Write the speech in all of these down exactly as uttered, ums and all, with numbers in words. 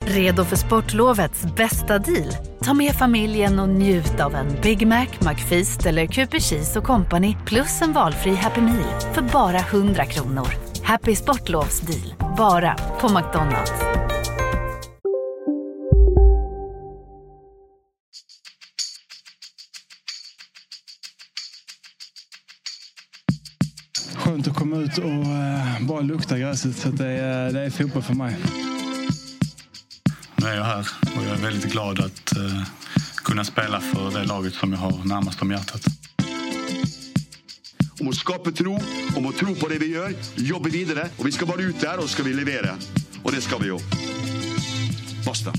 Redo för sportlovets bästa deal? Ta med familjen och njut av en Big Mac, McFeast eller Cooper Cheese och Company plus en valfri Happy Meal för bara hundra kronor. Happy Sportlovs deal, bara på McDonald's. Skönt att komma ut och uh, bara lukta gräset, så det är, det är fotboll för mig. Nu är jag här och jag är väldigt glad att uh, kunna spela för det laget som jag har närmast om hjärtat. Om att skapa tro, om att tro på det vi gör, jobba vidare, och vi ska bara ut där och ska vi leverera. Och det ska vi ju. Basta.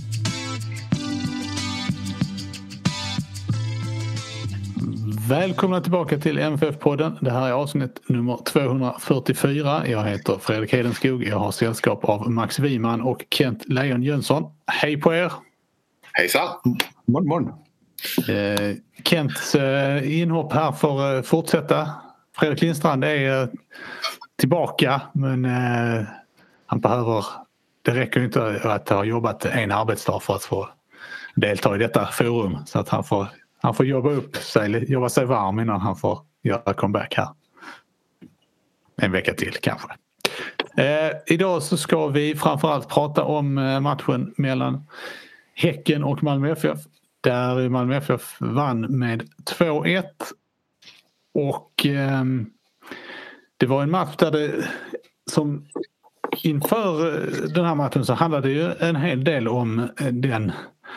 Välkomna tillbaka till M F F-podden. Det här är avsnitt nummer tvåhundrafyrtiofyra. Jag heter Fredrik Hedenskog. Jag har sällskap av Max Wiman och Kent Lejon Jönsson. Hej på er! Hejsan! Morgon, morgon. Eh, Kents eh, inhopp här får eh, fortsätta. Fredrik Lindstrand är eh, tillbaka, men eh, han behöver... Det räcker inte att ha jobbat en arbetsdag för att få delta i detta forum, så att han får... Han får jobba upp sig, jobba sig varm innan han får göra comeback här. En vecka till kanske. Eh, idag så ska vi framförallt prata om eh, matchen mellan Häcken och Malmö F F. Där Malmö F F vann med två ett. Och eh, det var en match där det, som inför den här matchen så handlade det ju en hel del om den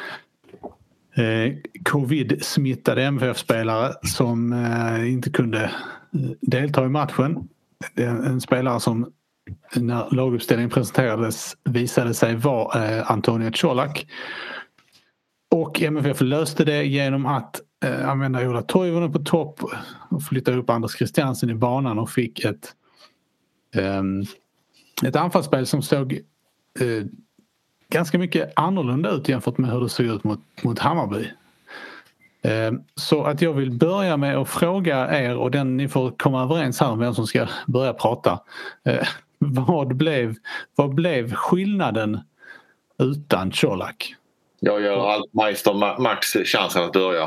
covid-smittade M F F-spelare som eh, inte kunde delta i matchen. En, en spelare som när laguppställningen presenterades visade sig vara eh, Antonio Colak. Och M F F löste det genom att eh, använda Ola Toivonen på topp och flytta upp Anders Christiansen i banan och fick ett, eh, ett anfallsspel som såg eh, ganska mycket annorlunda ut jämfört med hur det såg ut mot, mot Hammarby. Eh, så att jag vill börja med att fråga er, och den ni får komma överens här om vem som ska börja prata. Eh, vad, blev, vad blev skillnaden utan Colak? Jag gör allt Meister Max chansen att börja.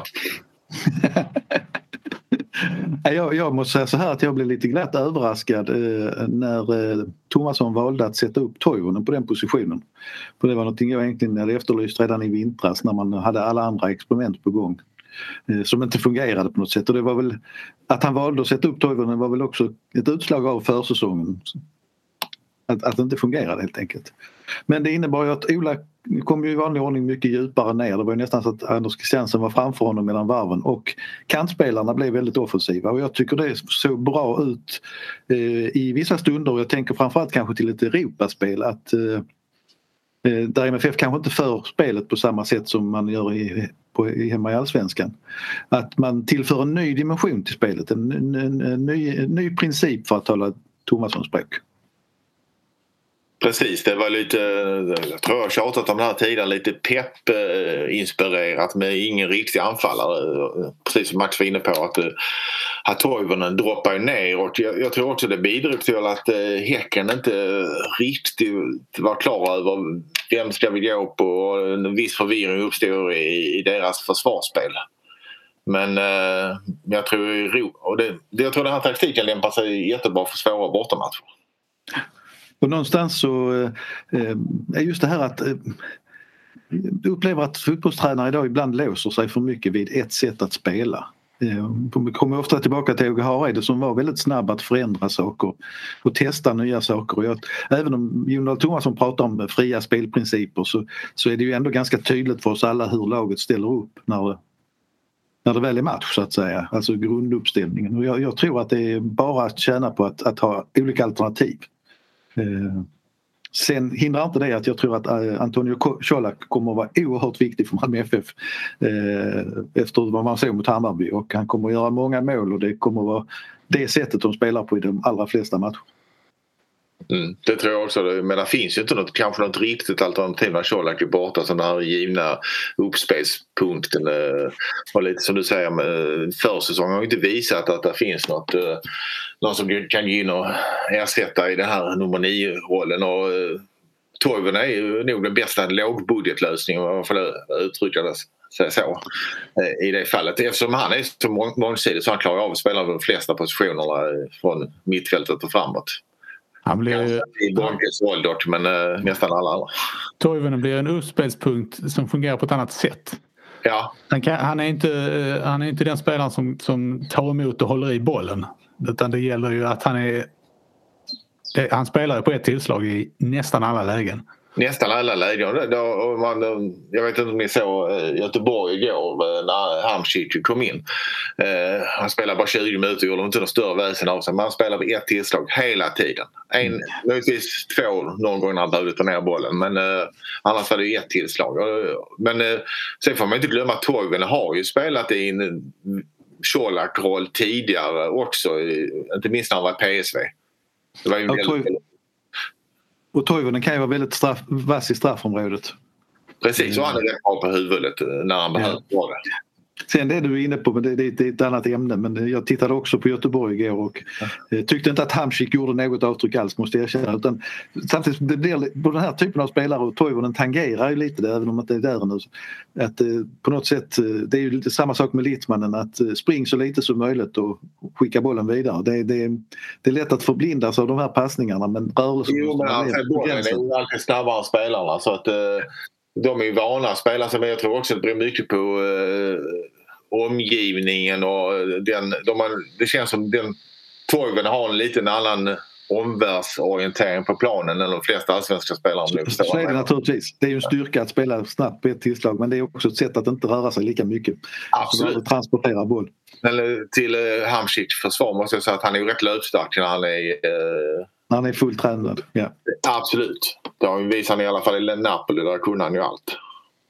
Jag, jag måste säga så här att jag blev lite glatt överraskad eh, när eh, Thomasson valde att sätta upp Toivonen på den positionen. För det var någonting jag egentligen hade efterlyst redan i vintras när man hade alla andra experiment på gång eh, som inte fungerade på något sätt. Och det var väl att han valde att sätta upp Toivonen var väl också ett utslag av försäsongen. Att, att det inte fungerade helt enkelt. Men det innebar ju att Ola kom ju i vanlig ordning mycket djupare ner. Det var ju nästan så att Anders Christiansen var framför honom mellan varven. Och kantspelarna blev väldigt offensiva. Och jag tycker det såg bra ut eh, i vissa stunder. Och jag tänker framförallt kanske till ett Europaspel. Att eh, där M F F kanske inte för spelet på samma sätt som man gör i, på, i hemma i Allsvenskan. Att man tillför en ny dimension till spelet. En, en, en, en, ny, en ny princip för att tala Thomassons språk. Precis, det var lite, jag tror jag tjatat om det här tidigare, lite pepp-inspirerat med ingen riktig anfallare. Precis som Max var inne på, att, att Toivonen droppar ju ner, och jag, jag tror också det bidrog till att Häcken inte riktigt var klar över vem ska vi gå på, och en viss förvirring uppstod i, i deras försvarsspel. Men eh, jag tror och det, jag tror den här taktiken lämpar sig jättebra för svåra bortamatcher. Och någonstans så eh, är just det här att eh, jag upplever att fotbollstränare idag ibland låser sig för mycket vid ett sätt att spela. Eh, vi kommer ofta tillbaka till Åge Hareide som var väldigt snabb att förändra saker och testa nya saker. Och jag, även om Jon Thomasson pratar om fria spelprinciper så, så är det ju ändå ganska tydligt för oss alla hur laget ställer upp när det, när det väl är match så att säga. Alltså grunduppställningen. Och jag, jag tror att det är bara att tjäna på att, att ha olika alternativ. Eh, sen hindrar inte det att jag tror att eh, Antonio Colak kommer att vara oerhört viktig för Malmö F F eh, efter vad man såg mot Hammarby, och han kommer att göra många mål, och det kommer att vara det sättet de spelar på i de allra flesta matcher. Mm, det tror jag också. Men det finns ju inte något, kanske något riktigt alternativ när Colak är borta, som den här givna uppspelspunkten och lite som du säger, försäsongen har inte visat att det finns något, någon som kan gå in och ersätta i den här nummer nio-rollen, och Toivonen är ju nog den bästa lågbudgetlösningen om man får uttrycka det så i det fallet. Eftersom han är så mång- mångsidig så han klarar av att spela de flesta positionerna från mittfältet och framåt. Han blir i Borges roll dock, men uh, nästan alla andra. Toivonen blir en uppspelspunkt som fungerar på ett annat sätt. Ja. Han, kan, han, är inte, han är inte den spelaren som, som tar emot och håller i bollen. Utan det gäller ju att han är... Det, han spelar på ett tillslag i nästan alla lägen. Nästan alla lägen. Då, man, jag vet inte om ni såg Göteborg igår när Hamsik kom in. Eh, han spelade bara tjugo minuter och gjorde inte något större väsen av sig. Men han spelade på ett tillslag hela tiden. En, möjligtvis två någon gång när han behövde ta ner bollen. Men eh, annars var det ett tillslag. Men eh, sen får man inte glömma att Toivonen har ju spelat i en Colak-roll tidigare också. Inte minst när han var P S V. Det var ju och, Toiv- och Toivonen kan ju vara väldigt straff, vass i straffområdet. Precis, och han är rätt bra på huvudet när han behöver vara det. Sen det du är inne på, men det, det, det är ett annat ämne, men jag tittade också på Göteborg igår och ja. tyckte inte att Hamsik gjorde något avtryck alls, måste jag erkänna. Utan, samtidigt det blir, på den här typen av spelare, och Toivonen tangerar ju lite det, även om det är där nu. Att på något sätt, det är ju lite samma sak med Littmannen, att spring så lite som möjligt och skicka bollen vidare. Det, det, det är lätt att förblindas av de här passningarna, men rörelsen... Jo, men alltså, bollen är ju alltid snabbare än spelarna, så att de är ju vana att spela, men jag tror också att det beror mycket på eh, omgivningen och den, de har, det känns som den Toivonen har en liten annan omvärldsorientering på planen än de flesta allsvenska spelare. Så, så är det naturligtvis. Det är ju en styrka att spela snabbt på ett tillslag, men det är också ett sätt att inte röra sig lika mycket. Absolut. Så att transportera boll. Eller till eh, Hamsiks försvar måste jag säga att han är ju rätt löpstark när han är... Eh, han är fulltränad, ja. Absolut. Det visar han i alla fall i Napoli, där kunde han ju allt.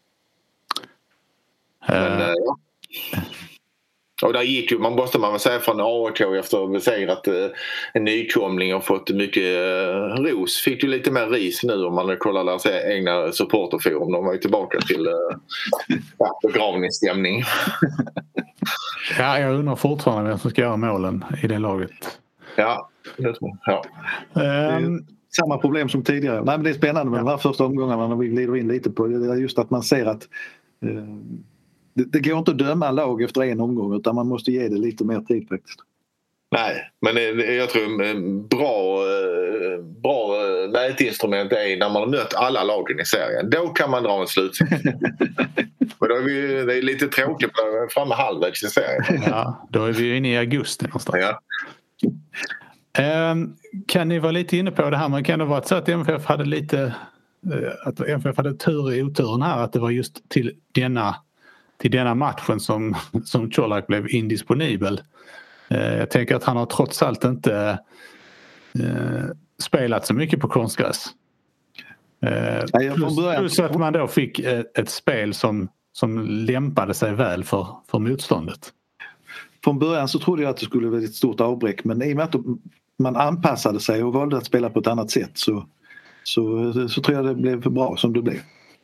Men, uh. ja. Och där gick ju, man måste man väl säga från A I K efter att besegrat eh, en nykomling och fått mycket eh, ros. Fick ju lite mer ris nu om man kollar där sig egna supporterforum. De var ju tillbaka till eh, begravningsstämning. Ja, jag undrar fortfarande vem som ska göra målen i det laget. Ja, ja. Um, samma problem som tidigare. Nej, men det är spännande med ja. de här första omgångarna när vi glider in lite på det. Just att man ser att eh, det, det går inte att döma lag efter en omgång, utan man måste ge det lite mer tid faktiskt. Nej, men jag tror bra, bra mätinstrument är när man har mött alla lagen i serien. Då kan man dra en slutsats. Men då är vi, det är lite tråkigt framme halvvägs i serien. Ja, då är vi inne i augusti någonstans. Ja. Um, kan ni vara lite inne på det här? Man kan det vara så att M F F hade lite att M F F hade tur i oturen här, att det var just till denna till denna matchen som, som Colak blev indisponibel. Uh, jag tänker att han har trots allt inte uh, spelat så mycket på konstgräs. Uh, Nej, plus, plus att man då fick ett, ett spel som, som lämpade sig väl för, för motståndet. Från början så trodde jag att det skulle bli ett stort avbräck, men i och med att man anpassade sig och valde att spela på ett annat sätt så, så, så tror jag det blev för bra som det blev.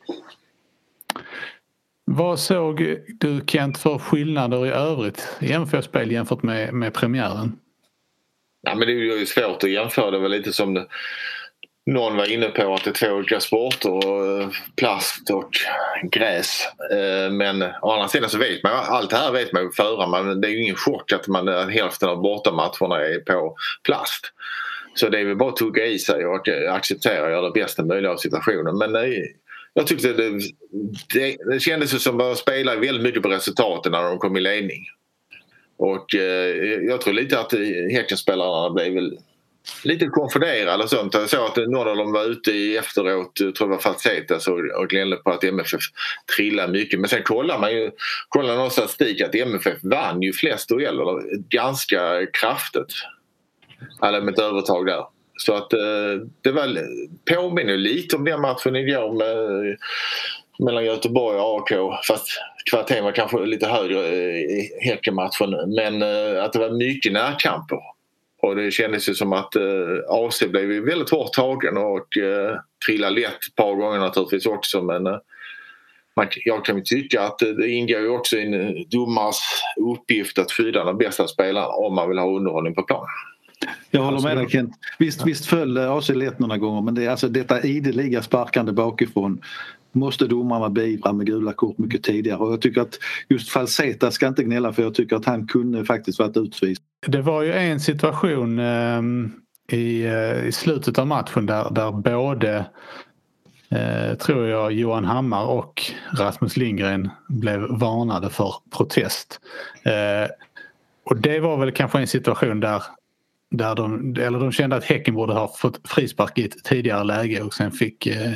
Vad såg du, Kent, för skillnader i övrigt i M F F-spel jämfört med, med premiären? Ja, men det är ju svårt att jämföra. Det var lite som det, någon var inne på, att det är två olika sporter, plast och gräs. Men å andra sidan så vet man, allt det här vet man ju före, men det är ju ingen chock att man, hälften av bortamatcherna är på plast. Så det är väl bara att tugga i sig och acceptera och göra det bästa möjliga av situationen. Men nej, jag tyckte det, det, det kändes som att spela väldigt mycket på resultaten när de kom i ledning. Och eh, jag tror lite att Häckenspelarna blev väl lite konfunderade och sånt. Jag såg att någon av dem var ute i efteråt, tror jag var Falsetas, och glände på att M F F trillade mycket. Men sen kollar man ju kollar någon statistik att M F F vann ju flest dueller ganska kraftigt. Eller med ett övertag där. Så att det var, påminner lite om den matchen igår med, mellan Göteborg och A K, fast kvaliteten var kanske lite högre i Häckenmatchen, men att det var mycket närkamper. Och det kändes ju som att A C blev väldigt hårt tagen och trillade lätt ett par gånger naturligtvis också, men man, jag kan ju tycka att det ingår ju också i en domars uppgift att skydda de bästa spelarna om man vill ha underhållning på plan. Jag håller med dig Kent. Visst, visst föll A C lätt några gånger men det är alltså detta ideliga sparkande bakifrån måste domarna beivra med gula kort mycket tidigare och jag tycker att just Falseta ska inte gnälla för jag tycker att han kunde faktiskt varit utvisad. Det var ju en situation eh, i, i slutet av matchen där, där både eh, tror jag Johan Hammar och Rasmus Lindgren blev varnade för protest. Eh, och det var väl kanske en situation där Där de, eller de kände att Häcken borde ha fått frispark i ett tidigare läge och sen fick eh,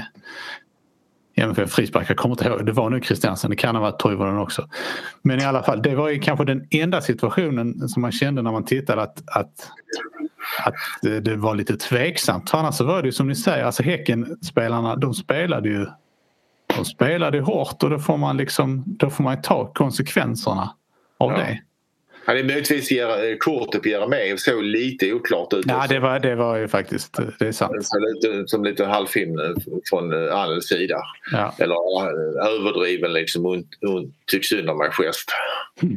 M F F frispark. Jag kommer inte ihåg, det var nu Christiansen, det kan ha varit Toivonen också. Men i alla fall, det var ju kanske den enda situationen som man kände när man tittade att, att, att det var lite tveksamt. För annars så var det ju som ni säger, alltså Häcken-spelarna, de spelade ju de spelade hårt och då får man liksom, då får man ta konsekvenserna av ja. det. Ja, det är möjligtvis kortet på Jeremejeff så lite oklart ut. Ja, det var, det var ju faktiskt, det är sant. Så lite, som lite halvfilm från Annels sida. Ja. Eller överdriven liksom, hon, hon tycks synd om mig gest. Mm.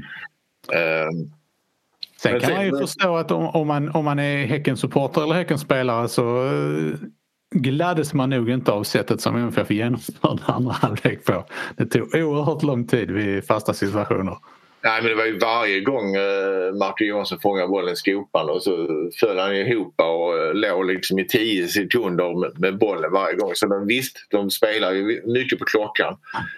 Um, Sen kan man ju förstå att om, om, man, om man är Häcken-supporter eller Häcken-spelare så uh, gladdes man nog inte av sättet som M F F genomförde andra halvlek på. Det tog oerhört lång tid vid fasta situationer. Nej, men det var ju varje gång uh, Marco Johansson fångade bollen i skopan och så föll han ihop och uh, låg liksom i tio sekunder med, med bollen varje gång. Så de visst, de spelar ju mycket på klockan.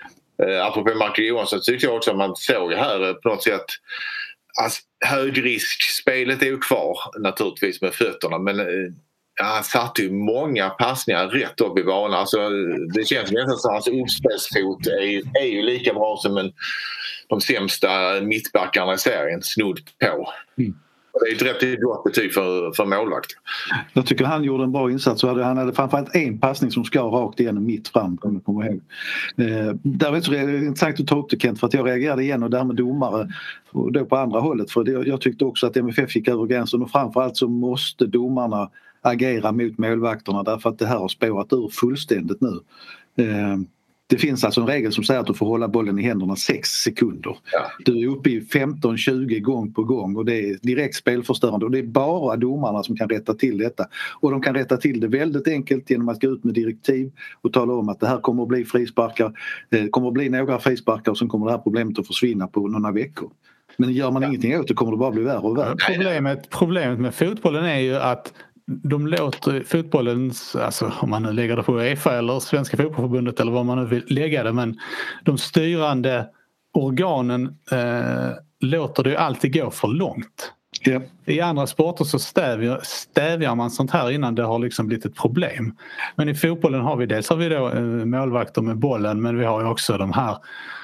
Uh, apropå Marco Johansson så tyckte jag också att man såg här uh, på något sätt alltså, högriskspelet är ju kvar naturligtvis med fötterna men uh, han satte ju många passningar rätt upp i banan. Alltså, det känns nästan som att hans uppspelsfot är, är ju lika bra som en de sämsta mittbackarna i serien snudd på. Mm. Det är ett rätt gott betyg för, för målvakt. Jag tycker han gjorde en bra insats. Så hade, han hade framförallt en passning som ska rakt igenom mitt fram. Kommer jag komma ihåg. Eh, därför är det intressant att ta upp det Kent för att jag reagerade igen och därmed domare och då på andra hållet. För det, jag tyckte också att M F F gick över gränsen och framförallt så måste domarna agera mot målvakterna därför att det här har spårat ur fullständigt nu. Eh, Det finns alltså en regel som säger att du får hålla bollen i händerna sex sekunder. Ja. Du är uppe i femton tjugo gång på gång och det är direkt spelförstörande och det är bara domarna som kan rätta till detta. Och de kan rätta till det väldigt enkelt genom att gå ut med direktiv och tala om att det här kommer att bli frisparkar. Det kommer att bli några frisparkar och sen kommer det här problemet att försvinna på några veckor. Men gör man ja. ingenting åt det kommer det bara bli värre och värre. Problemet, problemet med fotbollen är ju att de låter fotbollens, alltså om man nu lägger det på UEFA eller Svenska fotbollförbundet eller vad man nu vill lägga det, men de styrande organen eh, låter det ju alltid gå för långt. Yeah. I andra sporter så stävjar, stävjar man sånt här innan det har liksom blivit ett problem. Men i fotbollen har vi dels har vi då eh, målvakter med bollen men vi har ju också de här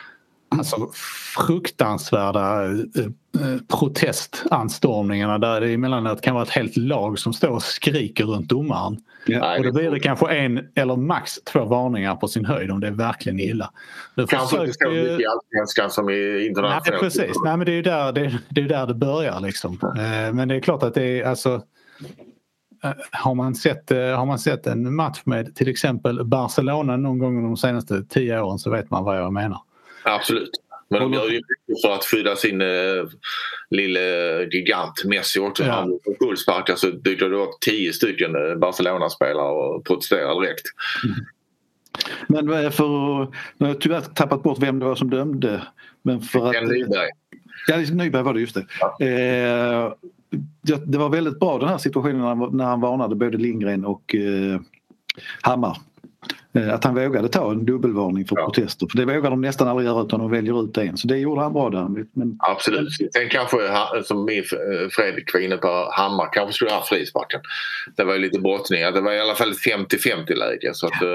alltså fruktansvärda eh, protestanstormningarna där det emellanåt kan vara ett helt lag som står och skriker runt domaren. Ja. Och då blir det kanske en eller max två varningar på sin höjd om det är verkligen illa. Det kanske inte så mycket i allsvenskan som i internationellt. Nej, precis. Nej, men det är ju där det, det, är där det börjar liksom. Eh, men det är klart att det är alltså har man sett, har man sett en match med till exempel Barcelona någon gång de senaste tio åren så vet man vad jag menar. Absolut. Men de gör ju mycket för att skydda sin eh, lille gigant Messi också. Ja. Han på fullsparkar så byggde det upp tio stycken Barcelona-spelare och protesterade direkt. Mm. Men för nu har jag tyvärr tappat bort vem det var som dömde. Men för att, Nyberg. Ja, Nyberg var det just det. Ja. Eh, det. Det var väldigt bra den här situationen när han, när han varnade både Lindgren och eh, Hammar. Att han vågade ta en dubbelvarning för ja. protester. För det vågar de nästan aldrig göra utan de väljer ut en. Så det gjorde han bra där. Men... Absolut. Sen kanske som Fredrik var inne på Hammar kanske skulle ha frisparken. Det var ju lite brottningar. Det var i alla fall ett femtio femtio läge. Så att, uh,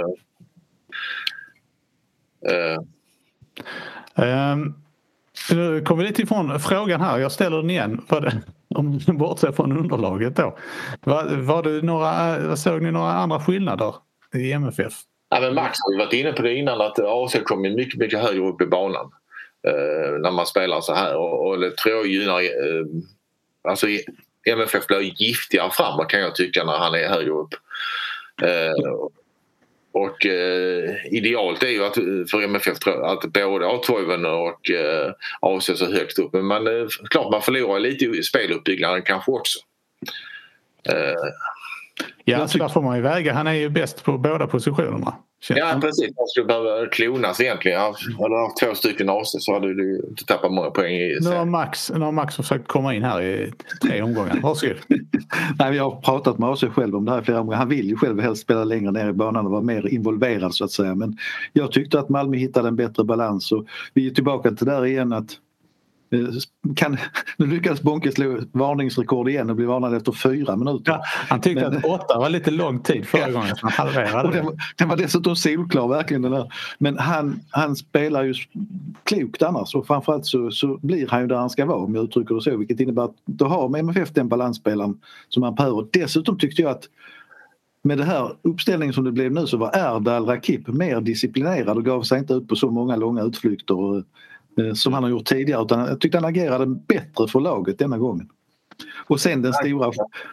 uh. Um, nu kommer vi lite ifrån frågan här. Jag ställer den igen. Var det, om du bortser från underlaget då. Var, var det några, såg ni några andra skillnader i M F F? Ja, men Max har ju varit inne på det innan att A C kommer mycket, mycket högre upp i banan eh, när man spelar så här och, och det tror jag gynnar eh, alltså M F F blir giftigare framåt kan jag tycka när han är högre upp eh, och eh, idealt är ju att för M F F att både ha Toivonen och eh, A C så högt upp men man, eh, klart man förlorar lite i speluppbyggnaden kanske också. Ja, så där får man ju väga. Han är ju bäst på båda positionerna. Ja, precis. Man skulle behöva klonas egentligen. Hade haft två stycken A C så hade du inte tappat många poäng i nu har Max, nu har Max försökt komma in här i tre omgångar. Varsågod. Nej, jag har pratat med A C själv om det här flera gånger. Han vill ju själv helst spela längre ner i banan och vara mer involverad så att säga. Men jag tyckte att Malmö hittade en bättre balans och vi är tillbaka till där igen att Kan, nu lyckades Bonke slå varningsrekord igen och bli varnad efter fyra minuter. Ja, han tyckte men, att åtta var lite lång tid förra gången. Han halverade. Den, var, den var dessutom solklar verkligen den där. Men han, han spelar ju klokt annars och framförallt så, så blir han ju där han ska vara om jag uttrycker det så. Vilket innebär att då har med M F F den balansspelaren som han behöver. Dessutom tyckte jag att med det här uppställningen som det blev nu så var Erdal Rakip mer disciplinerad och gav sig inte ut på så många långa utflykter och som han har gjort tidigare utan jag tyckte han agerade bättre för laget denna gången. Och sen den stora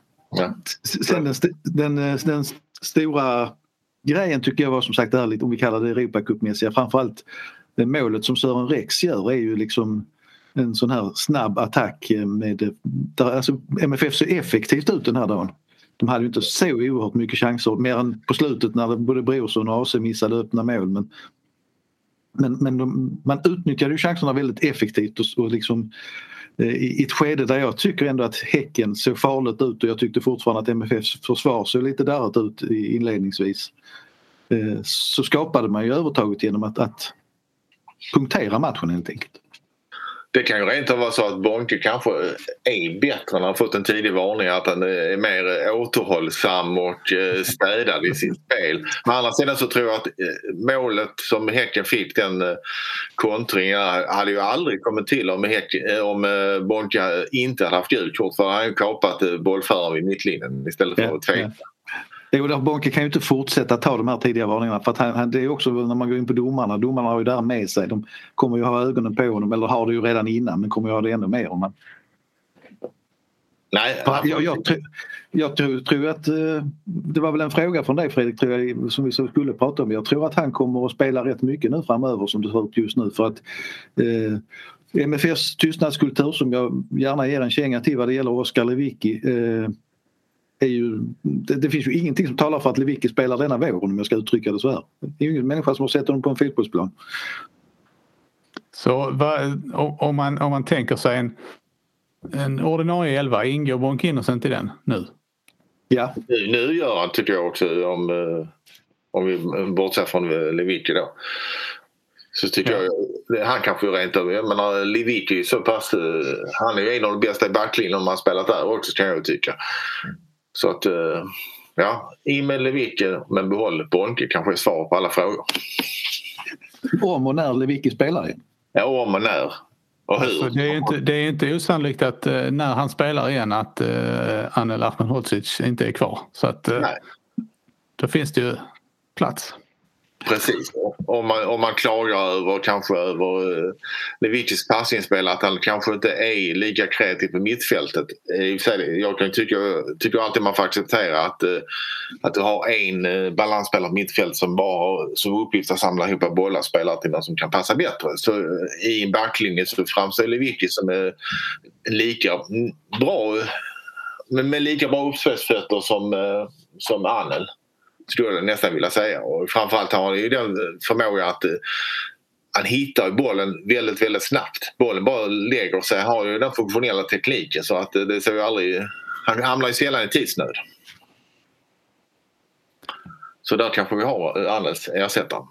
sen den, den, den stora grejen tycker jag var som sagt ärligt om vi kallar det Europacupmässiga framförallt det målet som Sören Rex gör är ju liksom en sån här snabb attack med där, alltså M F F ser effektivt ut den här dagen. De hade ju inte så oerhört mycket chanser mer än på slutet när både Brorsson och A C missade öppna mål men Men, men de, man utnyttjade ju chanserna väldigt effektivt och, och liksom, eh, i ett skede där jag tycker ändå att Häcken såg farligt ut och jag tyckte fortfarande att M F Fs försvar såg lite däråt ut i, inledningsvis. Eh, så skapade man ju övertaget genom att, att punktera matchen helt enkelt. Det kan ju rent av vara så att Bonke kanske är bättre när han har fått en tidig varning att han är mer återhållsam och städad i sitt spel. Men å andra sidan så tror jag att målet som Häcken fick, den kontringen, hade ju aldrig kommit till om, Häcken, om Bonke inte hade haft gult kort för han har ju kapat bollföraren vid mittlinjen istället för att tveka. Jo, Bonke kan ju inte fortsätta ta de här tidiga varningarna för att han, det är också när man går in på domarna, domarna har ju där med sig, de kommer ju ha ögonen på honom eller har det ju redan innan men kommer ju ha det ännu mer om man... Nej, jag, jag, jag, tror, jag tror, tror att det var väl en fråga från dig Fredrik tror jag, som vi så skulle prata om, jag tror att han kommer att spela rätt mycket nu framöver som det ser ut just nu för att eh, M F Fs tystnadskultur som jag gärna ger en känga till vad det gäller Oskar Lewicki eh, är ju, det, det finns ju ingenting som talar för att Lewicki spelar denna våren om jag ska uttrycka det så här. Det är ju ingen människa som har sett honom på en fotbollsplan. Så vad, om, man, om man tänker sig en, en ordinarie elva, ingår Bonke Innocent i den nu? Ja. Nu, nu gör han tycker jag också om, om vi bortser från Lewicki då. Så tycker ja. jag han kanske rent över. Jag menar Lewicki är så pass, han är ju en av de bästa i backlinjen om man spelat där också kan jag tycka. Så att ja, i med Lewicki men behåll Bonke kanske är svar på alla frågor. Om och när Lewicki spelar igen. Ja, om och när. Och hur. Alltså, det är inte, det är inte osannolikt att när han spelar igen att uh, Anel Ahmedhodzic inte är kvar. Så att uh, då finns det ju plats. Precis. Om man, om man klagar över kanske över uh, Lewickis passningsspel att han kanske inte är lika kreativ på mittfältet. Jag kan tycka, tycker alltid man får acceptera att, uh, att du har en uh, balansspelare på mittfält som bara har som uppgift att samla ihop bollar spelare till någon som kan passa bättre. Så uh, i en backlinje så framstår Lewicki som är uh, lika bra men med lika bra uppspelsfötter som, uh, som Anel. Skulle jag nästan vilja säga. Och framförallt har han ju den förmågan att uh, han hittar bollen väldigt, väldigt snabbt. Bollen bara lägger sig. Han har ju den funktionella tekniken så att uh, det ser ju aldrig... Han hamnar ju sällan i tidsnöd. Så där kanske vi har uh, Anders ersättaren.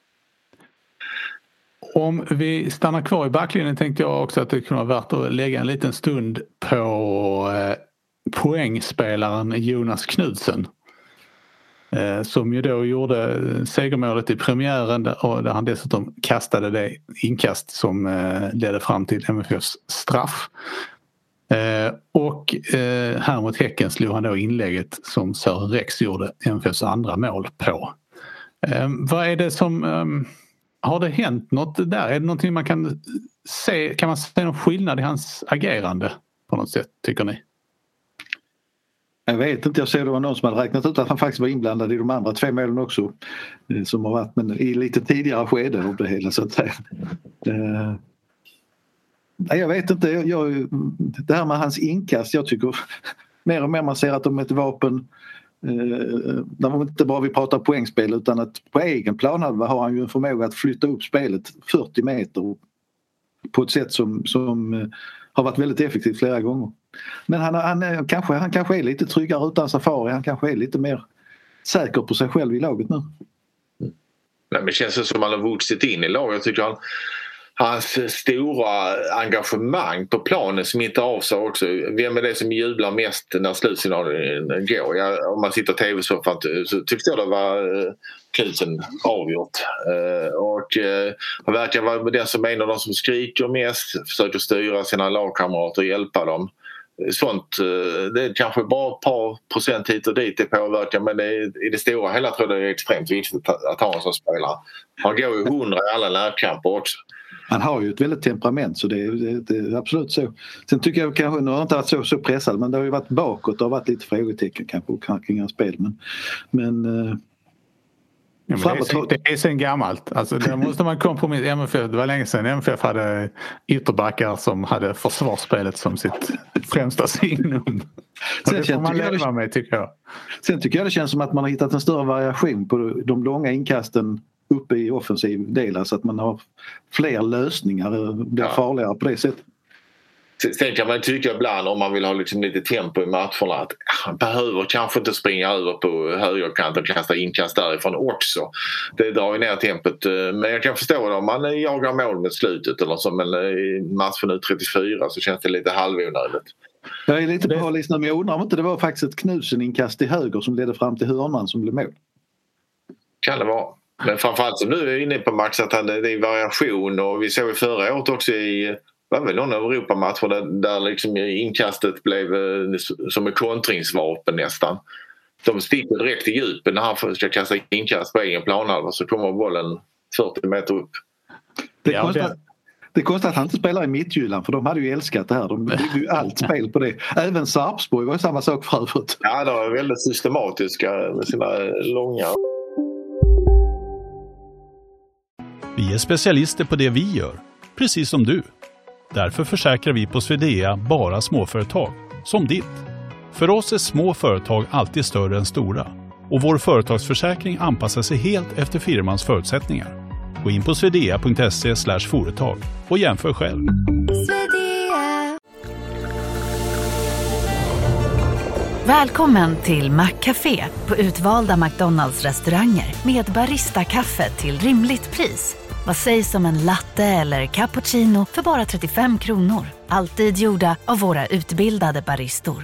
Om vi stannar kvar i backlinjen tänkte jag också att det kunde vara värt att lägga en liten stund på uh, poängspelaren Jonas Knudsen. Som ju då gjorde segermålet i premiären och där han dessutom kastade det inkast som ledde fram till M F Fs straff. Och här mot Häcken slog han då inlägget som Sören Rex gjorde M F Fs andra mål på. Vad är det som... Har det hänt något där? Är det någonting man kan se? Kan man se någon skillnad i hans agerande på något sätt, tycker ni? Jag vet inte, jag ser det var någon som hade räknat ut att han faktiskt var inblandad i de andra två målen också som har varit, men i lite tidigare skede av det hela så att säga. Uh, nej, jag vet inte, jag, jag, det här med hans inkast, jag tycker mer och mer man ser att de är ett vapen eh, när man inte bara vill prata poängspel utan att på egen planhalva har han ju en förmåga att flytta upp spelet fyrtio meter på ett sätt som, som eh, har varit väldigt effektivt flera gånger. Men han, han, han, kanske, han kanske är lite tryggare utan Safari, han kanske är lite mer säker på sig själv i laget nu. Nej, men det känns som att han har vuxit in i laget. Jag tycker han, hans stora engagemang på planen smittar av sig också. Vem är det som jublar mest när slutsignalen går? Jag, om man sitter på tv-soffan så tyckte jag det var uh, Knudsen avgjort. Uh, och uh, han verkar vara den som är en av de som skriker mest, försöker styra sina lagkamrater och hjälpa dem. Sånt, det är kanske bara ett par procent hit och dit det påverkar, men det är, i det stora hela tror jag det är extremt viktigt att, att ha en som spelare. Han går ju hundra i alla närkamper också. Han har ju ett väldigt temperament, så det är, det, det är absolut så. Sen tycker jag kanske, nu har inte varit så, så pressad, men det har ju varit bakåt och varit lite frågetecken kanske kring hans spel. Men, men, ja, men det, är sen, det är sen gammalt. Alltså, där måste man kompromissa. M F F, det var länge sedan M F F hade ytterbackar som hade försvarsspelet som sitt främsta signum. Sen det får man leva det, med, tycker jag. Sen tycker jag det känns som att man har hittat en större variation på de långa inkasten uppe i offensiv del, så alltså att man har fler lösningar och blir ja. farligare på det sättet. Sen kan man tycka ibland, om man vill ha liksom lite tempo i matcherna, att han behöver kanske inte springa över på högerkanten och kasta inkast därifrån också. Det drar ju ner tempot. Men jag kan förstå det om man jagar mål med slutet eller så, men i matchen trettiofyra så känns det lite halvonödigt. Jag är lite på listan, men jag undrar om inte det var faktiskt ett Knudsen-inkast i höger som ledde fram till hörnan som blev mål. Kan det vara. Men framförallt som nu är inne på Max att det är variation, och vi såg förra året också i var väl någon av Europamatcher där, där liksom inkastet blev som ett kontringsvapen nästan. De sticker direkt i djupen när han ska kasta inkast på egen planhalva, så kommer bollen fyrtio meter upp. Det ja, kostar, det... det kostar att han inte spelar i Midtjylland, för de hade ju älskat det här. De byggde ju allt spel på det. Även Sarpsborg var ju samma sak för övrigt. Ja, de är väldigt systematiska med sina långa... Vi är specialister på det vi gör, precis som du. Därför försäkrar vi på Swedea bara småföretag, som ditt. För oss är små företag alltid större än stora. Och vår företagsförsäkring anpassar sig helt efter firmans förutsättningar. Gå in på swedea punkt se slash företag och jämför själv. Välkommen till Maccafé på utvalda McDonalds-restauranger med barista-kaffe till rimligt pris. Vad sägs om en latte eller cappuccino för bara trettiofem kronor? Alltid gjorda av våra utbildade baristor.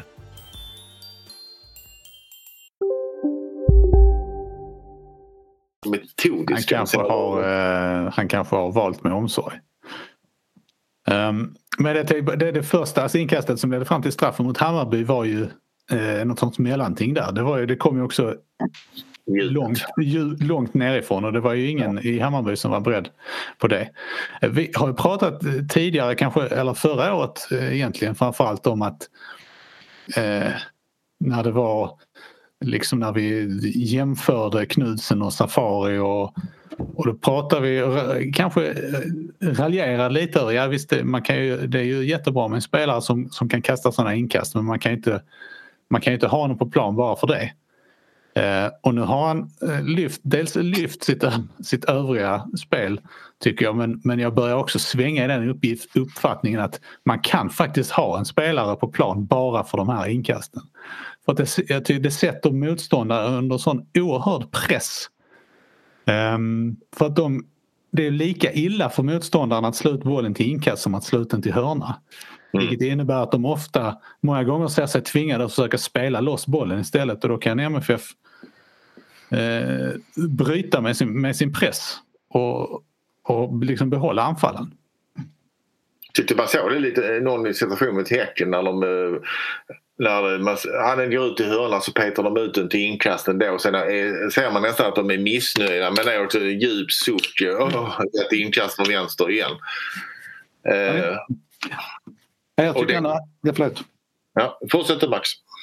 Han kanske, har, uh, han kanske har valt med omsorg. Um, men det, det, det första alltså inkastet som ledde fram till straffen mot Hammarby var ju uh, något sånt mellanting där. Det, var ju, det kom ju också långt, ju, långt nerifrån, och det var ju ingen i Hammarby som var beredd på det. Vi har ju pratat tidigare, kanske, eller förra året egentligen, framförallt om att uh, när det var liksom när vi jämförde Knudsen och Safari och, och då pratar vi kanske raljerar lite över, ja visst man kan ju, det är ju jättebra med en spelare som, som kan kasta sådana inkast, men man kan inte man kan inte ha honom på plan bara för det. Eh, och nu har han lyft, dels lyft sitt, sitt övriga spel tycker jag, men, men jag börjar också svänga i den uppgift, uppfattningen att man kan faktiskt ha en spelare på plan bara för de här inkasten. För att det, jag tycker det sätter motståndare under sån oerhörd press. Um, för att de, det är lika illa för motståndaren att sluta bollen till inkast som att sluta den till hörna. Mm. Vilket innebär att de ofta, många gånger ser sig tvingade att försöka spela loss bollen istället. Och då kan M F F eh, bryta med sin, med sin press och, och liksom behålla anfallen. Tyckte man såg det lite någon situation med Häcken när de när man, han går ut i hörnan så petar de ut den till inkasten då, och sen är, ser man nästan att de är missnöjda, men det är också en djup suck. Åh, ett inkast från vänster igen. Ja, jag tycker och det, ja, fortsätter Max.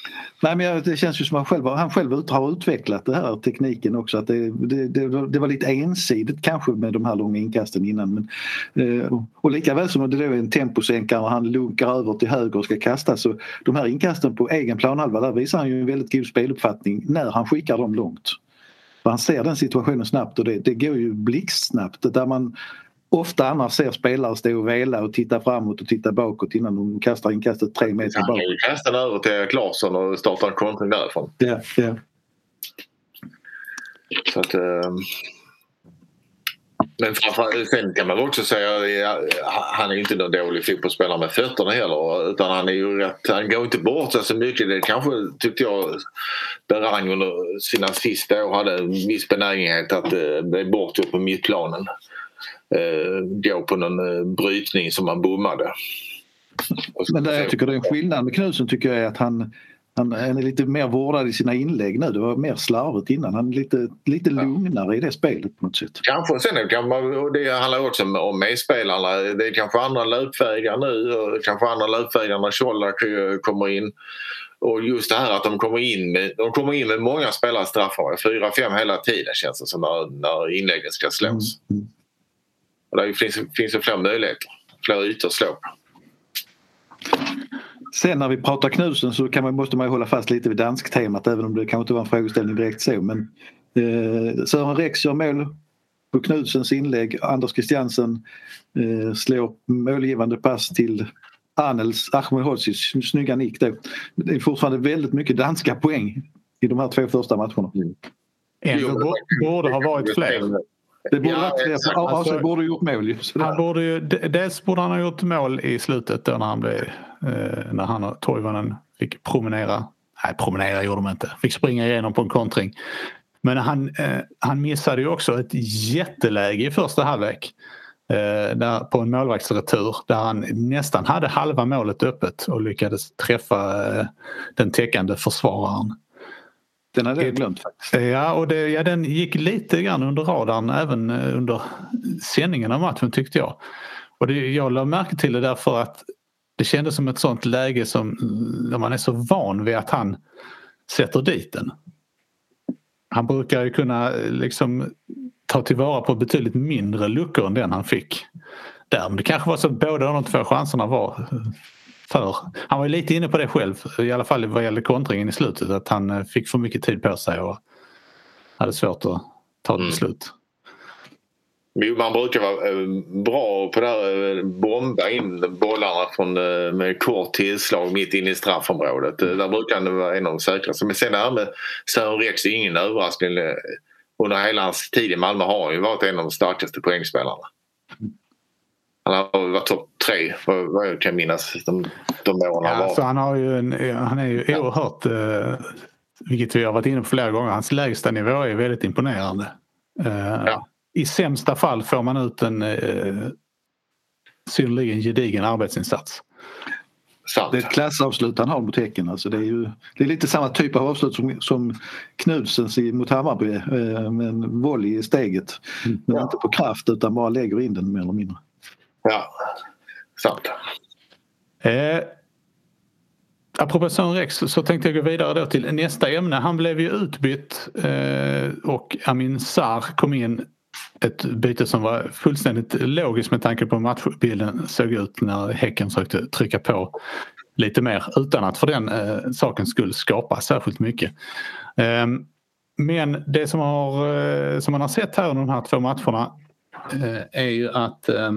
Nej, men det känns ju som att han själv, han själv har utvecklat det här tekniken också. Att det, det, det, det var lite ensidigt kanske med de här långa inkasten innan. Men, och lika väl som det är en temposänkare och han lunkar över till höger och ska kasta, så de här inkasten på egen planhalva, där visar han ju en väldigt god speluppfattning när han skickar dem långt. För han ser den situationen snabbt och det, det går ju blixtsnabbt. Där man ofta annars ser spelare stå och vela och titta framåt och titta bakåt innan de kastar inkastet tre meter bakåt. Han kan ju kasta den över till Klarsson och starta en kontring därifrån. Ja, ja. Så att, eh, men framförallt, sen kan man också säga att han är inte någon dålig fotbollsspelare med fötterna heller, utan han är ju rätt, han går inte bort så mycket. Det kanske tyckte jag Berang under sina sista år hade en viss benägenhet att eh, bli bortgjort på mittplanen. Eh, gå på någon eh, brytning som man bommade. Men det jag tycker det är en skillnad med Knutsson tycker jag är att han, han är lite mer vårdad i sina inlägg nu. Det var mer slarvigt innan. Han är lite, lite lugnare i det spelet på något sätt. Kanske, sen kan man, och det handlar också om medspelarna. Det är kanske andra löpvägar nu och kanske andra löpvägar när Colak kommer in. Och just det här att de kommer in med, de kommer in med många spelare straffar. Fyra, fem hela tiden känns det som när, när inläggen ska slås. Mm. Mm. Och det finns, finns det fler möjligheter, fler ytor att slå på. Sen när vi pratar Knutsson så kan man, måste man ju hålla fast lite vid dansk-temat, även om det kanske inte var en frågeställning direkt så. Men eh, Sören Rex gör mål på Knutssons inlägg. Anders Christiansen eh, slår målgivande pass till Arnels Ahmedhodzic, snygga nick då. Det är fortfarande väldigt mycket danska poäng i de här två första matcherna. Mm. Ändå borde ha varit fler. Det borde ja, varit, alltså, borde gjort mål. Han borde ju, dels borde han ha gjort mål i slutet då när han blev eh, när han och Toivonen fick promenera. Nej, promenera gjorde de inte. Fick springa igenom på en kontring. Men han, eh, han missade ju också ett jätteläge i första halvlek eh, där, på en målvaktsretur där han nästan hade halva målet öppet och lyckades träffa eh, den täckande försvararen. Den hade jag glömt faktiskt. Ja, och det, ja, den gick lite grann under radarn även under sändningen av matchen tyckte jag. Och det, jag lade märke till det därför att det kändes som ett sånt läge som där man är så van vid att han sätter dit den. Han brukar ju kunna liksom ta tillvara på betydligt mindre luckor än den han fick där. Men det kanske var så att båda de två chanserna var för. Han var ju lite inne på det själv, i alla fall vad gäller kontringen i slutet, att han fick för mycket tid på sig och hade svårt att ta ett beslut. Mm. Man brukar vara bra på det här, bomba in bollarna från, med kort tillslag mitt in i straffområdet. Där brukar det vara en av de säkraste. Men sen här med Sören Rex är ingen överraskning. Under hela hans tid i Malmö har han ju varit en av de starkaste poängspelarna. Han har varit topp tre, vad, vad jag kan minnas de, de åren han var. Ja, så han, har ju en, han är ju oerhört, eh, vilket vi har varit inne på flera gånger, hans lägsta nivå är väldigt imponerande. Eh, ja. I sämsta fall får man ut en eh, synnerligen gedigen arbetsinsats. Sant. Det är ett klassavslut han har mot Häcken. Alltså det, är ju, det är lite samma typ av avslut som, som Knudsens mot Hammarby eh, med en volley i steget. Mm. Men ja. Inte på kraft utan bara lägger in den mer eller mindre. Ja, sant. Eh, apropå Sören Rex så tänkte jag gå vidare då till nästa ämne. Han blev ju utbytt eh, och Amin Sarr kom in, ett byte som var fullständigt logiskt med tanke på matchbilden såg ut när Häcken försökte trycka på lite mer utan att för den eh, saken skulle skapa särskilt mycket. Eh, men det som, har, eh, som man har sett här under de här två matcherna eh, är ju att eh,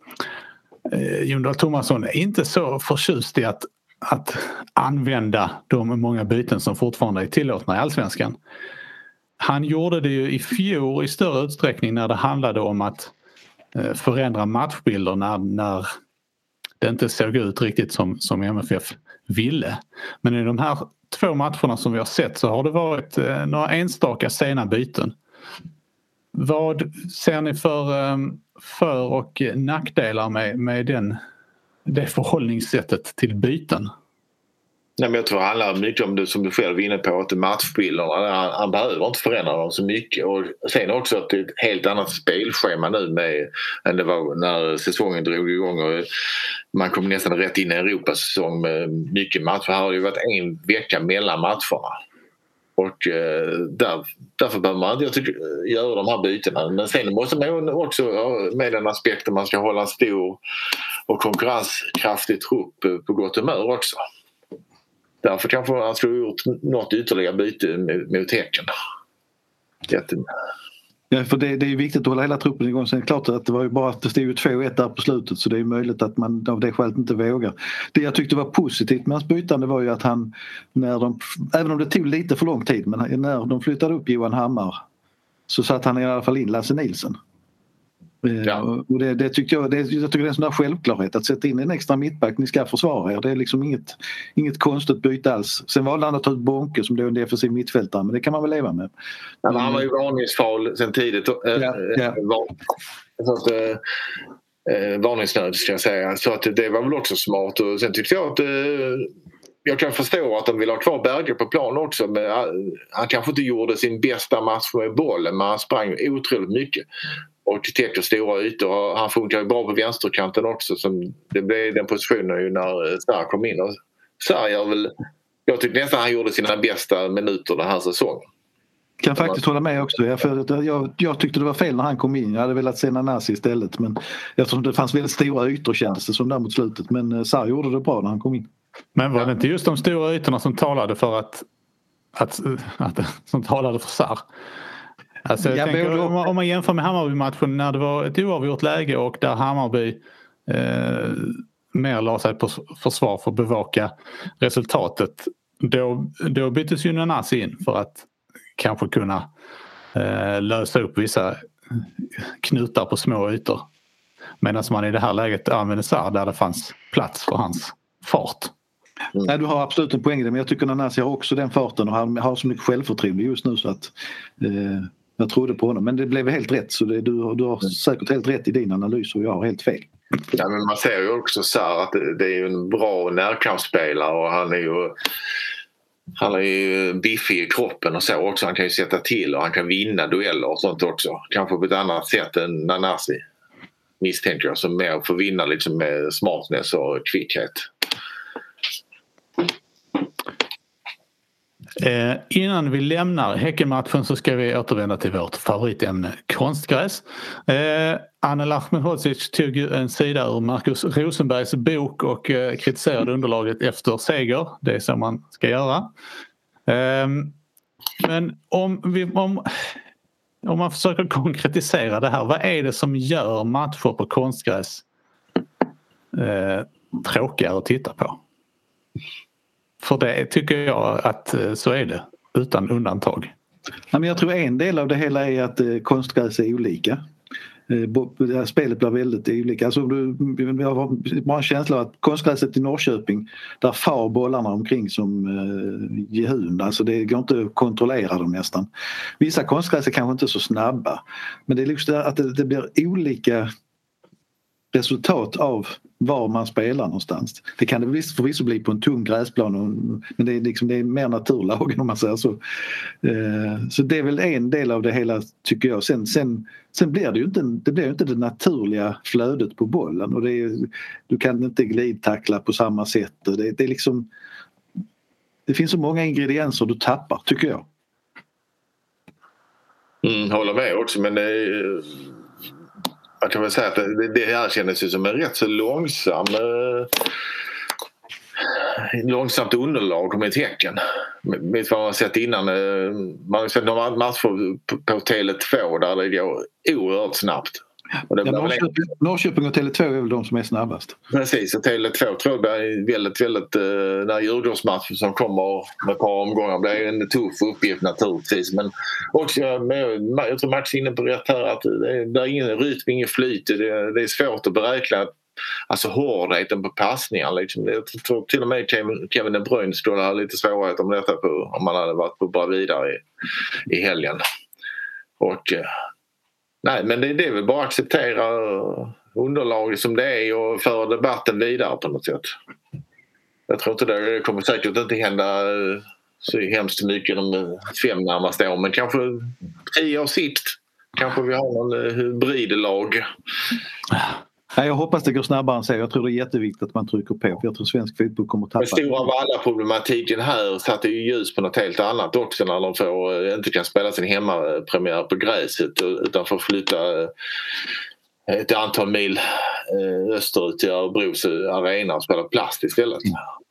Jon Dahl Tomasson är inte så förtjust i att, att använda de många byten som fortfarande är tillåtna i Allsvenskan. Han gjorde det ju i fjol i större utsträckning när det handlade om att förändra matchbilder när, när det inte såg ut riktigt som, som M F F ville. Men i de här två matcherna som vi har sett så har det varit några enstaka sena byten. Vad ser ni för, för och nackdelar med, med den, det förhållningssättet till byten? Nej, men jag tror det handlar mycket om det som du själv är inne på, att matchbilderna, han, han behöver inte förändra dem så mycket. Och sen också att det är ett helt annat spelschema nu med, än det var när säsongen drog igång och man kom nästan rätt in i Europasäsong med mycket matcher. Här har det ju varit en vecka mellan matcherna. Och eh, där, därför behöver man jag tycker, göra de här bytena. Men sen måste man också med den aspekten man ska hålla en stor och konkurrenskraftig trupp på gott humör också. Därför kanske han skulle ha gjort något ytterligare byte mot Häcken. Jätte... Ja, för det, det är ju viktigt att hålla hela truppen igång. Sen är det klart att det var ju bara att det stod ju två ett där på slutet, så det är möjligt att man av det skälet inte vågar. Det jag tyckte var positivt med hans bytande var ju att han, när de, även om det tog lite för lång tid, men när de flyttade upp Johan Hammar så satt han i alla fall in Lasse Nilsson. Ja. Och det, det tyckte jag, det, jag tycker det är en sån där självklarhet att sätta in en extra mittback, ni ska försvara er. Det är liksom inget, inget konstigt byte alls. Sen valde han att ta ut Bonke som då är en defensiv mittfältare, men det kan man väl leva med. Ja, men han var ju varningsfall sen tidigt. Ja, ja. Så att, eh, varningsnöd ska jag säga. Så att det var väl också smart. Och sen tyckte jag att eh, jag kan förstå att de vill ha kvar Berger på plan också, men han kanske inte gjorde sin bästa match med bollen, men han sprang otroligt mycket. Och täcker stora ytor. Han funkar ju bra på vänsterkanten också. Som det blev den positionen ju när Sarr kom in. Och Sarr gör väl... Jag tycker nästan han gjorde sina bästa minuter den här säsongen. Kan faktiskt hålla med också. Jag, för jag, jag tyckte det var fel när han kom in. Jag hade velat se Nanasi istället. Men eftersom det fanns väldigt stora ytor kändes det som där mot slutet. Men Sarr gjorde det bra när han kom in. Men var det inte just de stora ytorna som talade för att... att, att som talade för Sarr? Alltså, jag tänker, om, man, om man jämför med Hammarby-matchen när det var ett oavgjort läge och där Hammarby eh, mer la sig på försvar för att bevaka resultatet, då, då byttes ju Nanasi in för att kanske kunna eh, lösa upp vissa knutar på små ytor, medan man i det här läget använde Sarr där det fanns plats för hans fart. Mm. Nej, du har absolut en poäng där, men jag tycker Nanasi har också den farten och han har så mycket självförtroende just nu så att eh, jag trodde på honom, men det blev helt rätt, så det, du, du har säkert helt rätt i din analys och jag har helt fel. Ja, men man ser ju också så här att det, det är ju en bra närkampsspelare och han är ju han är ju biffig i kroppen och så också. Han kan ju sätta till och han kan vinna dueller och sånt också. Kanske på ett annat sätt än Nanasi, misstänker jag, som mer får vinna liksom med smartness och kvickhet. Eh, innan vi lämnar Häckenmatchen så ska vi återvända till vårt favoritämne konstgräs. Eh, Anel Ahmedhodzic tog en sida ur Marcus Rosenbergs bok och eh, kritiserade underlaget efter seger. Det är så man ska göra. Eh, men om, vi, om, om man försöker konkretisera det här, vad är det som gör matcher på konstgräs eh, tråkigare att titta på? För det tycker jag att så är det, utan undantag. Ja, men jag tror en del av det hela är att eh, konstgräs är olika. Eh, spelet blir väldigt olika. Alltså, du, jag har bara en känsla av att konstgräset i Norrköping, där far bollarna omkring som eh, gehund. Alltså det går inte att kontrollera dem nästan. Vissa konstgräs är kanske inte så snabba. Men det är liksom att det, det blir olika resultat av var man spelar någonstans. Det kan det visst förvisso bli på en tung gräsplan, och, men det är, liksom, det är mer naturlagen om man säger så. Eh, så det är väl en del av det hela, tycker jag. Sen, sen, sen blir det ju inte, det blir ju inte det naturliga flödet på bollen, och det är, du kan inte glidtackla på samma sätt. Det, det är liksom, det finns så många ingredienser du tappar, tycker jag. Mm, håller med också, men det är, jag kan väl säga att det, det här kändes ju som en rätt så långsam eh, långsamt underlag med ett Häcken. Vet vad man har sett innan, eh, man har sett några matcher på, på Tele två där det går oerhört snabbt. Och det ja, Norrköping, en... Norrköping och Tele två är väl de som är snabbast. Precis, och Tele två tror jag är väldigt, väldigt eh, när Djurgårdsmatchen som kommer med ett par omgångar blir en tuff uppgift naturligtvis, men också med, jag tror Mats är inne på rätt här att det, det är ingen rytm, ingen flyt, det, det är svårt att beräkna alltså hårdheten på passningar liksom. Jag tror till och med Kevin De Bruyne skulle ha lite svårighet om detta på, om man hade varit på bra vidare i, i helgen. Och nej, men det, det är väl bara att acceptera underlaget som det är och föra debatten vidare på något sätt. Jag tror inte det, det kommer säkert inte hända så hemskt mycket de fem närmaste år, men kanske tio år sikt kanske vi har någon hybridlag. Ja, jag hoppas det går snabbare än så. Jag tror det är jätteviktigt att man trycker på. För jag tror svensk fotboll kommer att tappa. Den stora Valla-problematiken här satte ju ljus på något helt annat också när de får, inte kan spela sin hemmapremiär på gräset utan får flytta ett antal mil österut till Örebros arena och spela plast istället.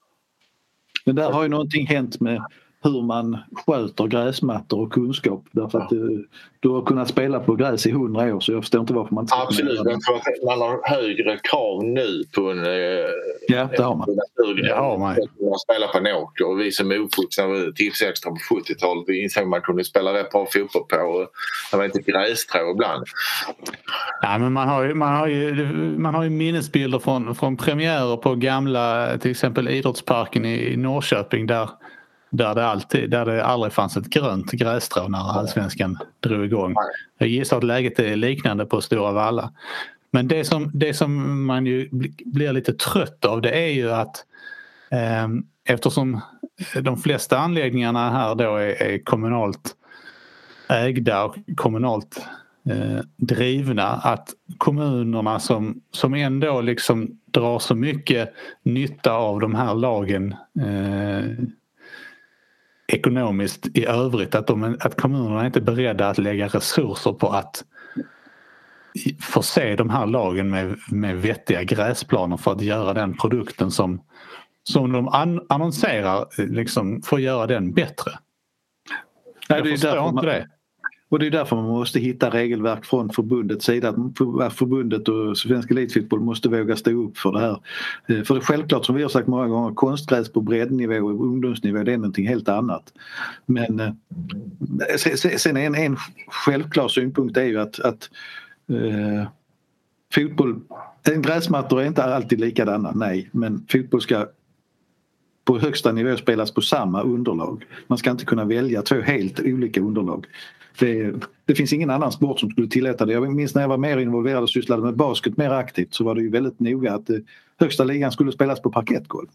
Men där har ju någonting hänt med hur man sköter gräsmattor och kunskap. Därför att du, du har kunnat spela på gräs i hundra år så jag förstår inte varför man inte ska Absolut, jag tror att man har högre krav nu på en ja, det har man. Det har man. Man spelar på en åker och vi som är uppvuxna tipsextra på sjuttiotalet vi insåg att man kunde spela rätt bra fotboll på det var inte grästrå ibland. Ja, men man har ju, man har ju, man har ju minnesbilder från, från premiärer på gamla till exempel idrottsparken i Norrköping där Där det, alltid, där det aldrig fanns ett grönt grässtrå när allsvenskan drog igång. Jag gissar att läget är liknande på Stora Valla. Men det som, det som man ju blir lite trött av det är ju att eh, eftersom de flesta anläggningarna här då är, är kommunalt ägda och kommunalt eh, drivna att kommunerna som, som ändå liksom drar så mycket nytta av de här lagen eh, ekonomiskt i övrigt att, de, att kommunerna inte är beredda att lägga resurser på att förse de här lagen med, med vettiga gräsplaner för att göra den produkten som, som de an, annonserar liksom, för att göra den bättre. Nej, Jag det är förstår därför inte man, det. Och det är därför man måste hitta regelverk från förbundets sida. Förbundet och svensk elitfotboll måste våga stå upp för det här. För det är självklart som vi har sagt många gånger, konstgräs på breddnivå och ungdomsnivå det är någonting helt annat. Men sen en, en självklar synpunkt är ju att, att eh, fotboll, en gräsmattor är inte alltid likadana, nej. Men fotboll ska på högsta nivå spelas på samma underlag. Man ska inte kunna välja två helt olika underlag. Det, det finns ingen annan sport som skulle tillåta det. Jag minns när jag var mer involverad och sysslade med basket mer aktivt så var det ju väldigt noga att eh, högsta ligan skulle spelas på parkettgolv.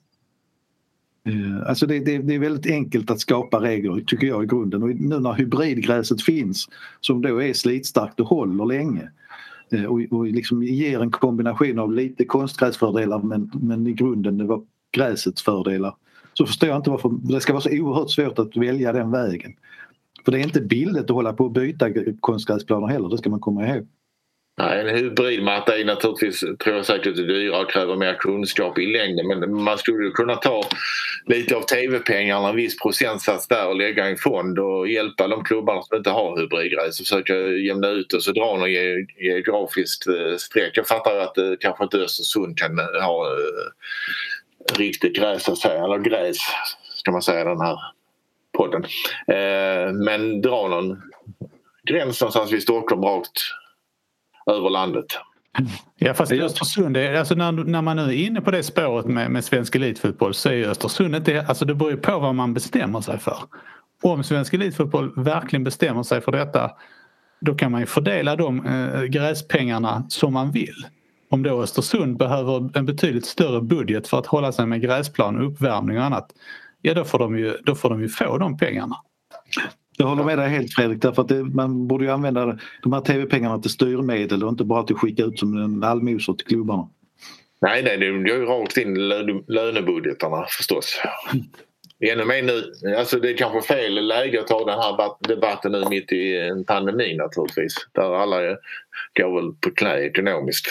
Eh, alltså det, det, det är väldigt enkelt att skapa regler tycker jag i grunden. Och nu när hybridgräset finns som då är slitstarkt och håller länge eh, och, och liksom ger en kombination av lite konstgräsfördelar men, men i grunden det var gräsets fördelar. Så förstår jag inte varför det ska vara så oerhört svårt att välja den vägen. För det är inte billigt att hålla på och byta konstgräsplaner heller, det ska man komma ihåg. Nej, en hybridmatta är naturligtvis, tror jag säkert, dyrare och kräver mer kunskap i längden. Men man skulle kunna ta lite av tv-pengarna, en viss procentsats där och lägga i en fond och hjälpa de klubbarna som inte har hybridgräs och försöka jämna ut och så dra något geografiskt streck. Jag fattar att eh, kanske inte Östersund kan ha eh, riktigt gräs att säga, eller gräs ska man säga den här podden. Eh, men dra någon gräns någonstans vid Stockholm rakt över landet. Ja, fast i Östersund, alltså när, när man nu är inne på det spåret med, med svensk elitfotboll så är Östersund inte, alltså det beror ju på vad man bestämmer sig för. Om svensk elitfotboll verkligen bestämmer sig för detta då kan man ju fördela de eh, gräspengarna som man vill. Om då Östersund behöver en betydligt större budget för att hålla sig med gräsplan, uppvärmning och annat, ja då får de ju, då får de ju få de pengarna. Jag håller med dig helt Fredrik, därför att det, man borde ju använda de här tv-pengarna till styrmedel och inte bara till att skicka ut som en allmosor till klubbarna. Nej, nej, det är ju rakt in lönebudgetarna förstås. Ännu mer nu, alltså det är kanske fel läge att ta den här debatten nu mitt i en pandemi naturligtvis. Där alla går väl på knä ekonomiskt.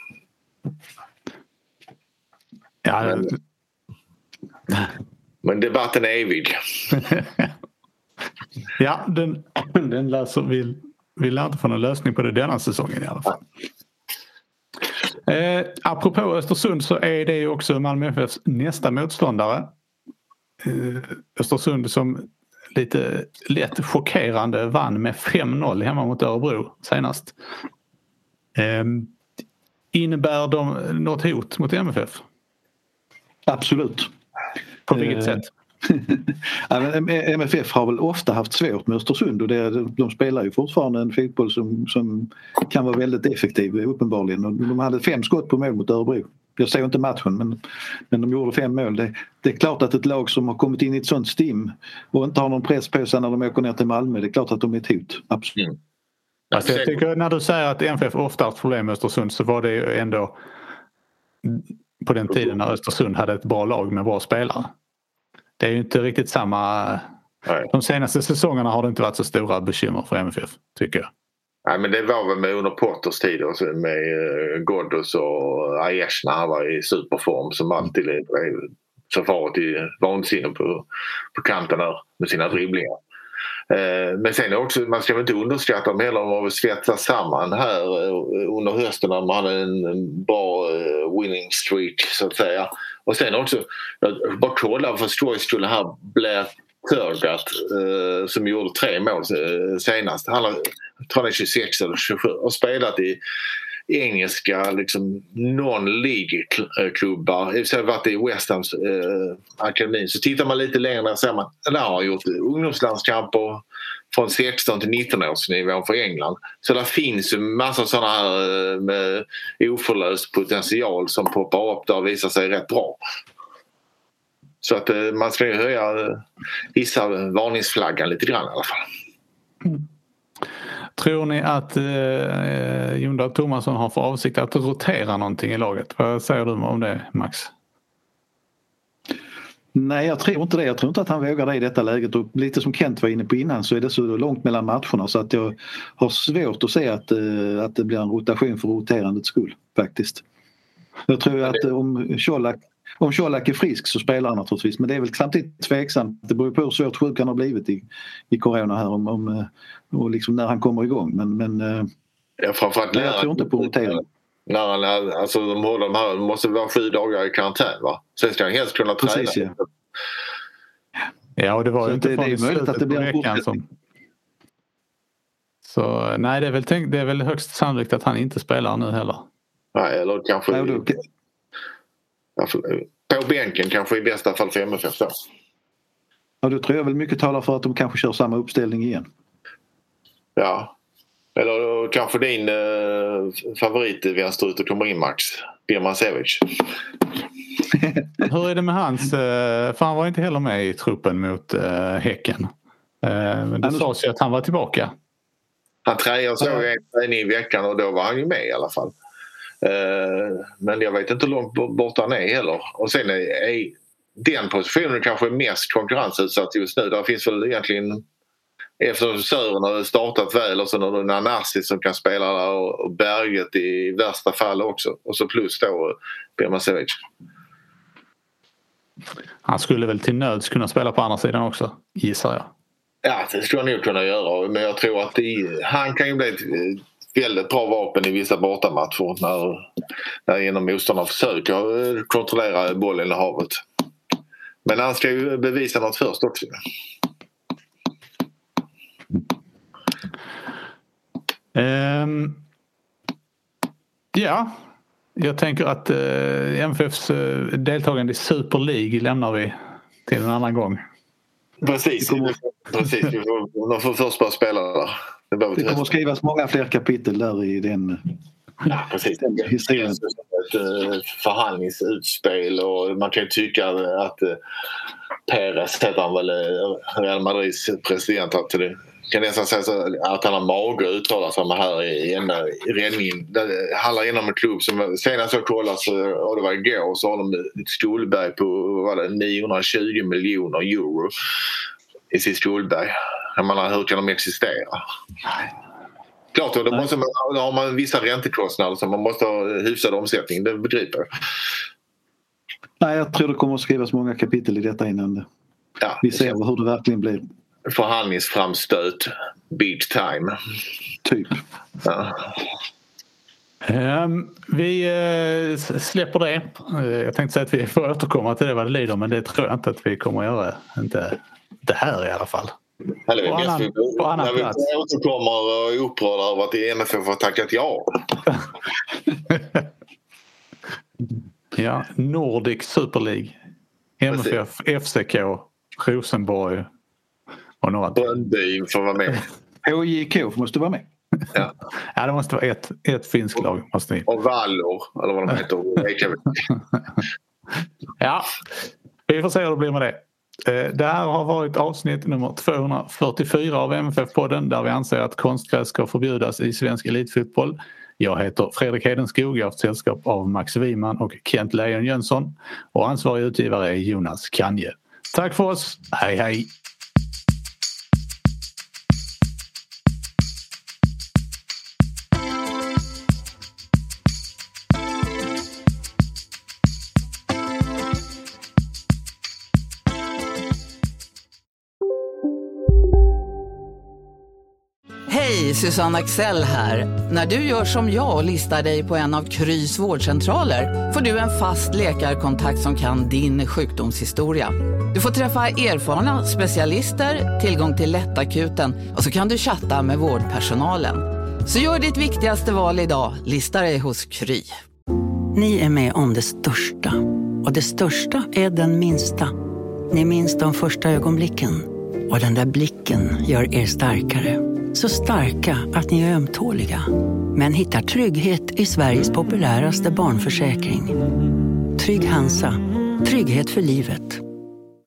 Ja, men, men debatten är evig. Ja, den, den läser, vi, vi lär inte få någon lösning på det denna säsongen i alla fall. Eh, apropå Östersund så är det ju också Malmö F F:s nästa motståndare. Eh, Östersund som lite lätt chockerande vann med fem noll hemma mot Örebro senast. Eh, innebär de något hot mot M F F? Absolut. På vilket sätt? M F F har väl ofta haft svårt med Östersund och det, de spelar ju fortfarande en fotboll som, som kan vara väldigt effektiv uppenbarligen och de hade fem skott på mål mot Örebro jag ser inte matchen men, men de gjorde fem mål. Det, det är klart att ett lag som har kommit in i ett sånt stim och inte har någon press på sig när de åker ner till Malmö, det är klart att de är ett hot. Absolut. Mm. Alltså jag tycker när du säger att M F F ofta har ett problem med Östersund så var det ju ändå på den tiden när Östersund hade ett bra lag med bra spelare. Det är ju inte riktigt samma... Nej. De senaste säsongerna har det inte varit så stora bekymmer för M F F, tycker jag. Nej, men det var väl med under Potters tid också, med Ghoddos och Aiesh när han var i superform som alltid är så farit i vansinne på, på kanten där med sina dribblingar. Eh, men sen också, man ska väl inte underskatta dem heller om man vill svetsa samman här under hösten när man hade en, en bra uh, winning streak så att säga. Och sen också, jag bara kolla för skojs skulle här Blair Turgat eh, som gjorde tre mål eh, senast. Han har, jag tror han är tjugosex eller tjugosju och spelat i engelska liksom non-league-klubbar. Jag har varit i West Hams eh, akademin. Så tittar man lite längre så ser man där har gjort ungdomslandskamper från sexton till nitton års nivån för England. Så där finns en massa sådana här eh, med oförlöst potential som poppar upp där och visar sig rätt bra. Så att eh, man ska ju höja eh, hissa varningsflaggan lite grann i alla fall. Mm. Tror ni att eh, Jon Dahl Tomasson har för avsikt att rotera någonting i laget? Vad säger du om det, Max? Nej, jag tror inte det. Jag tror inte att han vågar det i detta läget. Och lite som Kent var inne på innan så är det så långt mellan matcherna så att jag har svårt att se att, eh, att det blir en rotation för roterandets skull faktiskt. Jag tror att eh, om Colak Om Colak är frisk så spelar han naturligtvis. Men det är väl samtidigt tveksamt. Det beror på hur svårt sjuk han har blivit i, i corona här. Om, om, och liksom när han kommer igång. Men, men ja, framförallt jag tror inte på rotering. När han, alltså de håller de här, måste vara sju dagar i karantän va? Sen ska han helst kunna träna. Precis, ja. Ja, och det var ju inte det, det är möjligt att det blir en veckan som... Så nej, det är, väl tänk, det är väl högst sannolikt att han inte spelar nu heller. Nej, eller kanske... Nej, då... På bänken kanske i bästa fall för M F F då. Ja, då tror jag väl mycket talar för att de kanske kör samma uppställning igen. Ja. Eller kanske din eh, favorit vänsterut och kommer in Max. Birman Sevic. Hur är det med hans? För han var inte heller med i truppen mot uh, Häcken. Uh, men det sades ju att han var tillbaka. Han tränade så en träning i veckan och då var han ju med i alla fall. Uh, men jag vet inte hur långt bort han är heller. Och sen är, är den positionen kanske mest konkurrensutsatt just nu. Där finns väl egentligen eftersom Sören har startat väl och så har du Nanasi som kan spela där och Berget i värsta fall också. Och så plus då Birman Sevic. Han skulle väl till nöds kunna spela på andra sidan också, gissar jag. Ja, det skulle han nog kunna göra. Men jag tror att det, han kan ju bli ett väldigt bra vapen i vissa bortamatcher när, när genom motståndarna försöker kontrollera bollen i havet. Men han ska ju bevisa något först också. Um, ja, jag tänker att uh, M F Fs uh, deltagande i Super League lämnar vi till en annan gång. Precis, kommer... precis. De får först bara spela där. Det, det kommer att skrivas många fler kapitel där i den, ja, precis. den historien. Ett uh, förhandlingsutspel och man kan ju tycka att uh, Perez heter han väl Real Madrids president att det kan nästan säga så att han har mage att uttala sig om här i enda räddningen. Det handlar inom en klubb som senast jag kollade så, och det var igår så har de ett skuldberg på vad det, niohundratjugo miljoner euro i sitt skuldberg. Man har hört hur de existerar. Klart, då, måste man, då har man vissa räntekostnader som man måste ha hyfsad omsättning, det begriper jag. Nej, jag tror det kommer att skrivas många kapitel i detta innan ja, vi ser hur det verkligen blir. Förhandlingsframstöt big time. Typ. Ja. Um, vi uh, släpper det. Uh, jag tänkte säga att vi får återkomma till det vad det lider, men det tror jag inte att vi kommer att göra. Inte det här i alla fall. Eller, på annan, vi, på annan när plats. Vi återkommer och är upprörda över att M F F har tackat ja. Ja, Nordic Super League. M F F, F C K, Rosenborg och några till. Bröndby får vara med. H J K måste vara med. Ja. Ja, det måste vara ett, ett finskt lag. Måste ni. Och Vallor, eller vad de heter. Ja, vi får se hur det blir med det. Det här har varit avsnitt nummer tvåhundrafyrtiofyra av M F F-podden där vi anser att konstgräs ska förbjudas i svensk elitfotboll. Jag heter Fredrik Hedenskog, jag har haft sällskap av Max Wiman och Kent Lejon Jönsson och ansvarig utgivare är Jonas Kanje. Tack för oss, hej hej! Hej, Susanne Axel här. När du gör som jag och listar dig på en av Krys vårdcentraler får du en fast läkarkontakt som kan din sjukdomshistoria. Du får träffa erfarna specialister, tillgång till lättakuten och så kan du chatta med vårdpersonalen. Så gör ditt viktigaste val idag, lista dig hos Kry. Ni är med om det största. Och det största är den minsta. Ni minns de första ögonblicken. Och den där blicken gör er starkare. Så starka att ni är ömtåliga. Men hittar trygghet i Sveriges populäraste barnförsäkring. Trygg Hansa. Trygghet för livet.